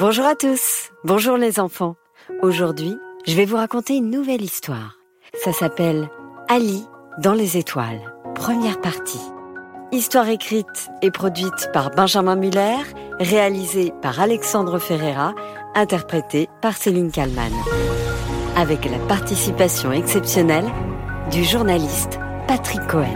Bonjour à tous, bonjour les enfants. Aujourd'hui, je vais vous raconter une nouvelle histoire. Ça s'appelle Ali dans les étoiles, première partie. Histoire écrite et produite par Benjamin Muller, réalisée par Alexandre Ferreira, interprétée par Céline Kallmann. Avec la participation exceptionnelle du journaliste Patrick Cohen.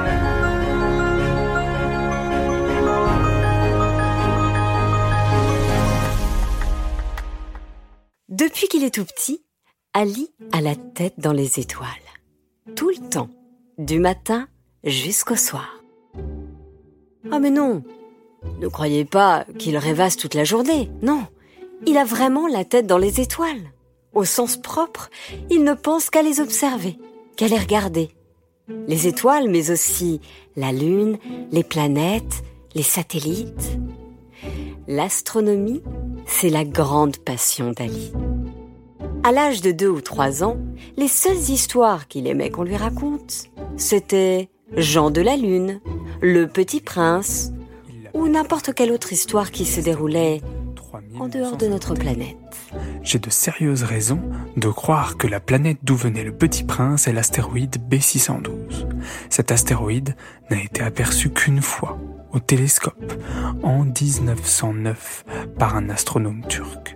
Depuis qu'il est tout petit, Ali a la tête dans les étoiles. Tout le temps, du matin jusqu'au soir. Ah mais non, ne croyez pas qu'il rêvasse toute la journée, non. Il a vraiment la tête dans les étoiles. Au sens propre, il ne pense qu'à les observer, qu'à les regarder. Les étoiles, mais aussi la Lune, les planètes, les satellites. L'astronomie, c'est la grande passion d'Ali. À l'âge de 2 ou 3 ans, les seules histoires qu'il aimait qu'on lui raconte, c'était Jean de la Lune, Le Petit Prince, ou n'importe quelle autre histoire qui se déroulait en dehors de notre planète. J'ai de sérieuses raisons de croire que la planète d'où venait le Petit Prince est l'astéroïde B612. Cet astéroïde n'a été aperçu qu'une fois, au télescope, en 1909, par un astronome turc.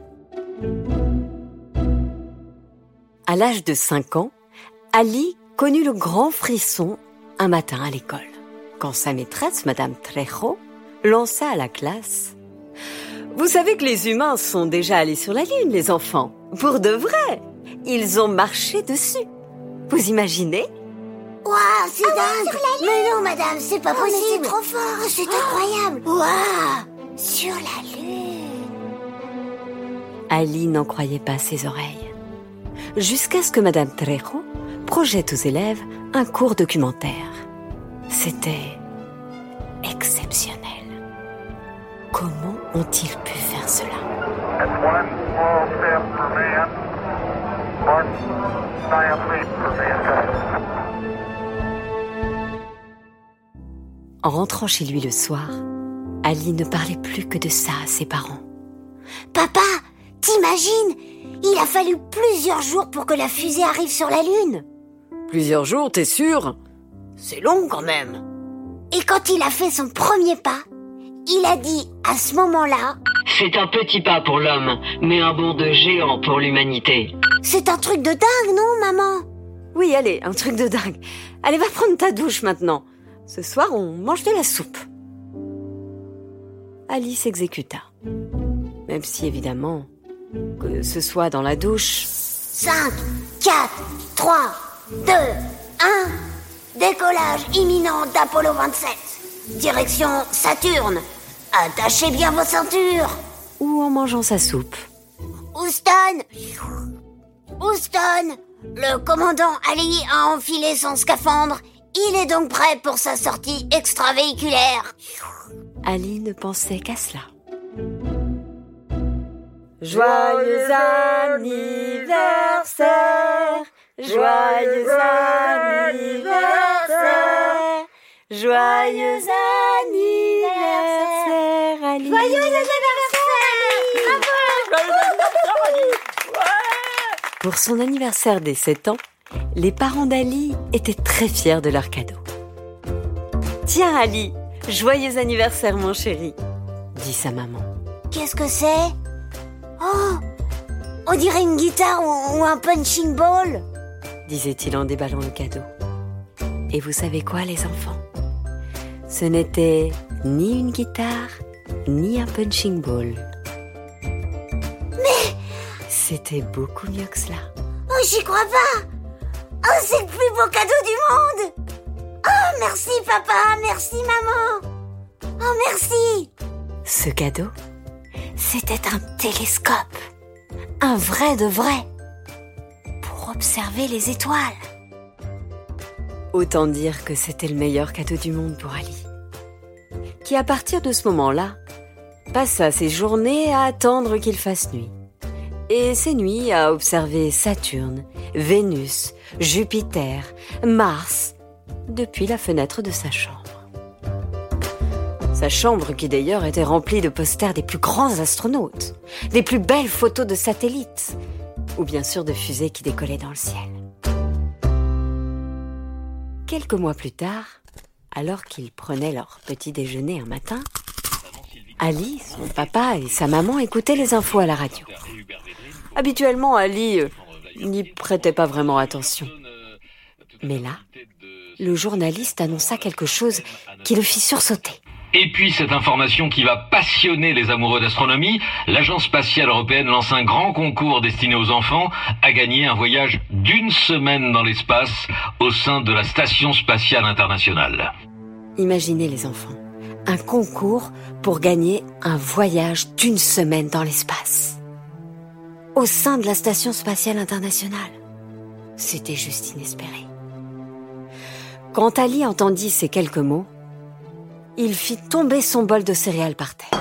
À l'âge de 5 ans, Ali connut le grand frisson un matin à l'école, quand sa maîtresse, Madame Trejo, lança à la classe « Vous savez que les humains sont déjà allés sur la Lune, les enfants, pour de vrai. Ils ont marché dessus. Vous imaginez ?» Waouh, c'est dingue! Mais non, madame, c'est pas possible! C'est trop fort! C'est incroyable! Waouh! Sur la Lune! Ali n'en croyait pas ses oreilles. Jusqu'à ce que Madame Trejo projette aux élèves un court documentaire. C'était exceptionnel. Comment ont-ils pu faire cela? En rentrant chez lui le soir, Ali ne parlait plus que de ça à ses parents. Papa, t'imagines? Il a fallu plusieurs jours pour que la fusée arrive sur la Lune. Plusieurs jours, t'es sûr? C'est long quand même. Et quand il a fait son premier pas, il a dit à ce moment-là... C'est un petit pas pour l'homme, mais un bond de géant pour l'humanité. C'est un truc de dingue, non, maman? Oui, allez, un truc de dingue. Allez, va prendre ta douche maintenant. Ce soir, on mange de la soupe. Ali s'exécuta. Même si, évidemment, que ce soit dans la douche... 5, 4, 3, 2, 1... Décollage imminent d'Apollo 27. Direction Saturne. Attachez bien vos ceintures. Ou en mangeant sa soupe. Houston, le commandant Ali a enfilé son scaphandre. Il est donc prêt pour sa sortie extravéhiculaire. Ali ne pensait qu'à cela. Joyeux anniversaire, joyeux anniversaire, joyeux anniversaire, Ali. Joyeux anniversaire! Bravo! Pour son anniversaire des 7 ans, les parents d'Ali étaient très fiers de leur cadeau. Tiens Ali, joyeux anniversaire mon chéri, dit sa maman. Qu'est-ce que c'est? Oh, on dirait une guitare ou un punching ball, disait-il en déballant le cadeau. Et vous savez quoi les enfants? Ce n'était ni une guitare, ni un punching ball. Mais c'était beaucoup mieux que cela. Oh, j'y crois pas! Oh, c'est le plus beau cadeau du monde! Oh, merci papa, merci maman! Oh, merci! Ce cadeau, c'était un télescope. Un vrai de vrai. Pour observer les étoiles. Autant dire que c'était le meilleur cadeau du monde pour Ali. Qui, à partir de ce moment-là, passa ses journées à attendre qu'il fasse nuit. Et ses nuits à observer Saturne, Vénus, Jupiter, Mars, depuis la fenêtre de sa chambre. Sa chambre qui d'ailleurs était remplie de posters des plus grands astronautes, des plus belles photos de satellites, ou bien sûr de fusées qui décollaient dans le ciel. Quelques mois plus tard, alors qu'ils prenaient leur petit déjeuner un matin, Ali, son papa et sa maman écoutaient les infos à la radio. Habituellement, Ali n'y prêtait pas vraiment attention. Mais là, le journaliste annonça quelque chose qui le fit sursauter. Et puis cette information qui va passionner les amoureux d'astronomie, l'Agence spatiale européenne lance un grand concours destiné aux enfants à gagner un voyage d'1 semaine dans l'espace au sein de la Station spatiale internationale. Imaginez les enfants, un concours pour gagner un voyage d'1 semaine dans l'espace. Au sein de la Station spatiale internationale. C'était juste inespéré. Quand Ali entendit ces quelques mots, il fit tomber son bol de céréales par terre.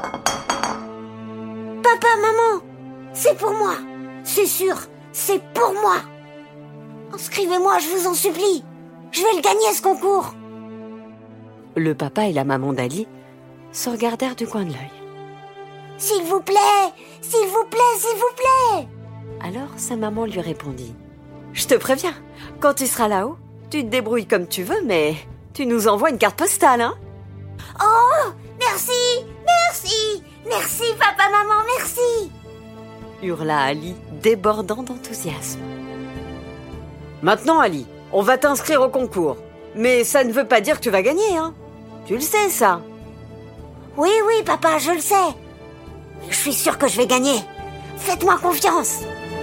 Papa, maman, c'est pour moi. C'est sûr, c'est pour moi. Inscrivez-moi, je vous en supplie. Je vais le gagner, ce concours. Le papa et la maman d'Ali se regardèrent du coin de l'œil. S'il vous plaît, s'il vous plaît, s'il vous plaît. Alors sa maman lui répondit. Je te préviens, quand tu seras là-haut, tu te débrouilles comme tu veux, mais tu nous envoies une carte postale, hein? Oh, merci, merci, merci papa, maman, merci, hurla Ali, débordant d'enthousiasme. Maintenant Ali, on va t'inscrire au concours. Mais ça ne veut pas dire que tu vas gagner, hein? Tu le sais, ça? Oui, papa, je le sais. Je suis sûre que je vais gagner. Faites-moi confiance.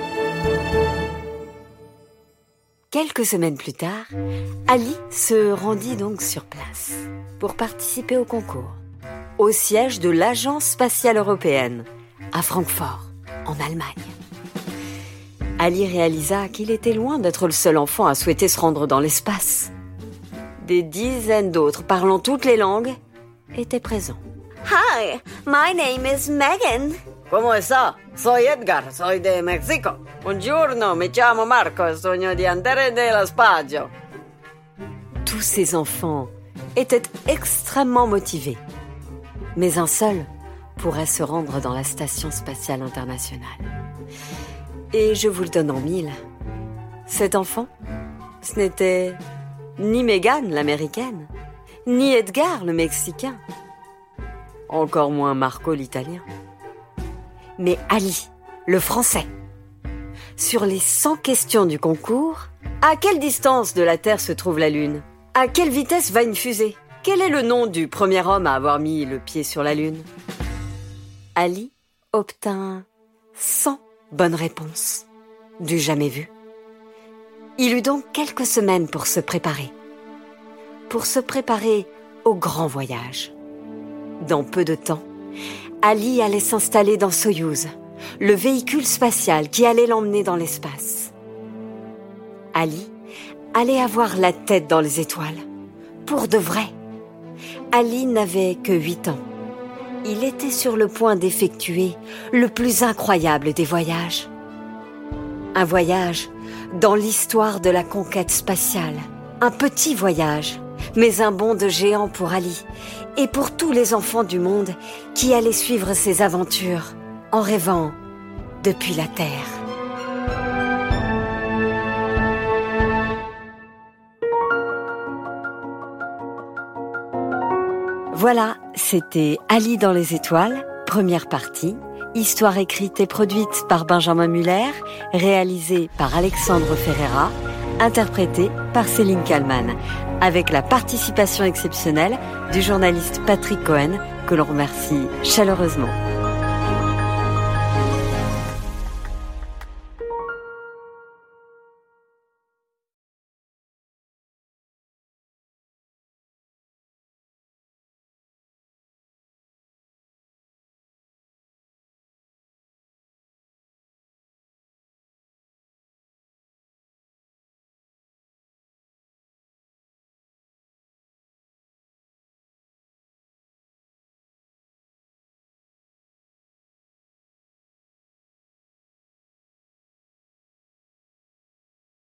Quelques semaines plus tard, Ali se rendit donc sur place pour participer au concours, au siège de l'Agence spatiale européenne, à Francfort, en Allemagne. Ali réalisa qu'il était loin d'être le seul enfant à souhaiter se rendre dans l'espace. Des dizaines d'autres, parlant toutes les langues, étaient présents. Hi, my name is Megan. ¿Cómo está? Soy Edgar, soy de México. Buongiorno, mi chiamo Marco, sogno di andare nello spazio. Tous ces enfants étaient extrêmement motivés. Mais un seul pourrait se rendre dans la Station spatiale internationale. Et je vous le donne en mille. Cet enfant, ce n'était ni Megan, l'américaine, ni Edgar, le mexicain. Encore moins Marco, l'italien. Mais Ali, le français. Sur les 100 questions du concours, à quelle distance de la Terre se trouve la Lune? À quelle vitesse va une fusée? Quel est le nom du premier homme à avoir mis le pied sur la Lune? Ali obtint 100 bonnes réponses. Du jamais vu. Il eut donc quelques semaines pour se préparer. Pour se préparer au grand voyage. Dans peu de temps, Ali allait s'installer dans Soyouz, le véhicule spatial qui allait l'emmener dans l'espace. Ali allait avoir la tête dans les étoiles, pour de vrai. Ali n'avait que 8 ans. Il était sur le point d'effectuer le plus incroyable des voyages. Un voyage dans l'histoire de la conquête spatiale. Un petit voyage, mais un bond de géant pour Ali et pour tous les enfants du monde qui allaient suivre ses aventures en rêvant depuis la Terre. Voilà, c'était Ali dans les étoiles, première partie. Histoire écrite et produite par Benjamin Muller, réalisée par Alexandre Ferreira, interprétée par Céline Kallmann, avec la participation exceptionnelle du journaliste Patrick Cohen, que l'on remercie chaleureusement.